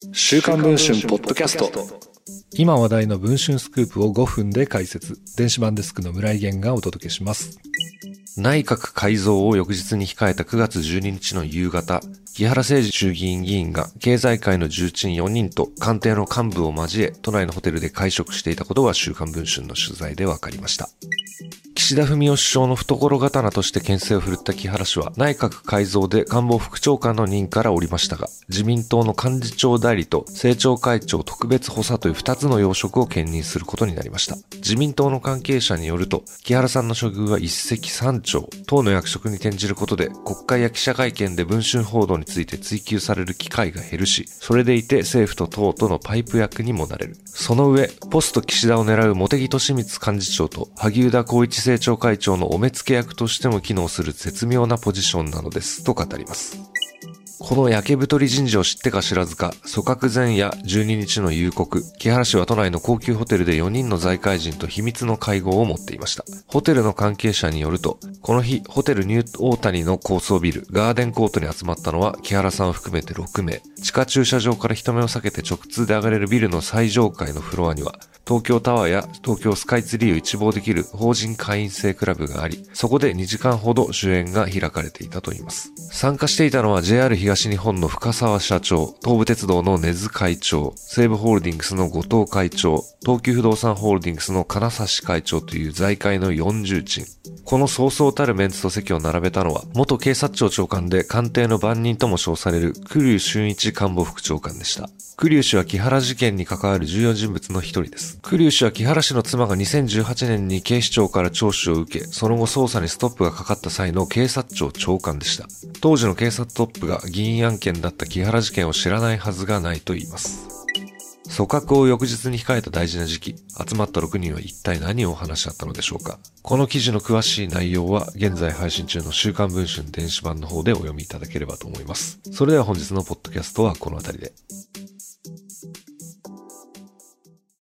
週刊文春ポッドキャスト。 今話題の文春スクープを5分で解説。電子版デスクの村井源がお届けします。内閣改造を翌日に控えた9月12日の夕方、木原誠二衆議院議員が経済界の重鎮4人と官邸の幹部を交え、都内のホテルで会食していたことが週刊文春の取材で分かりました。岸田文雄首相の懐刀として牽制を振るった木原氏は内閣改造で官房副長官の任から降りましたが、自民党の幹事長代理と政調会長特別補佐という2つの要職を兼任することになりました。自民党の関係者によると、木原さんの処遇は一石三鳥、党の役職に転じることで国会や記者会見で文春報道について追及される機会が減るし、それでいて政府と党とのパイプ役にもなれる。その上、ポスト岸田を狙う茂木敏光幹事長と萩生田光一政調会長のお目付け役としても機能する絶妙なポジションなのですと語ります。この焼け太り人事を知ってか知らずか、組閣前夜12日の夕刻、木原氏は都内の高級ホテルで4人の財界人と秘密の会合を持っていました。ホテルの関係者によると、この日、ホテルニューオータニの高層ビル、ガーデンコートに集まったのは木原さんを含めて6名。地下駐車場から人目を避けて直通で上がれるビルの最上階のフロアには、東京タワーや東京スカイツリーを一望できる法人会員制クラブがあり、そこで2時間ほど主演が開かれていたといいます。参加していたのは JR 東日本の深澤社長、東武鉄道の根津会長、西武ホールディングスの後藤会長、東急不動産ホールディングスの金指会長という財界の40人。このそうそうたるメンツと席を並べたのは、元警察庁長官で官邸の番人とも称される栗生俊一官房副長官でした。栗生氏は木原事件に関わる重要人物の一人です。栗生氏は木原氏の妻が2018年に警視庁から聴取を受け、その後捜査にストップがかかった際の警察庁長官でした。当時の警察トップが議員案件だった木原事件を知らないはずがないと言います。組閣を翌日に控えた大事な時期、集まった6人は一体何を話し合ったのでしょうか。この記事の詳しい内容は現在配信中の週刊文春電子版の方でお読みいただければと思います。それでは本日のポッドキャストはこの辺りで。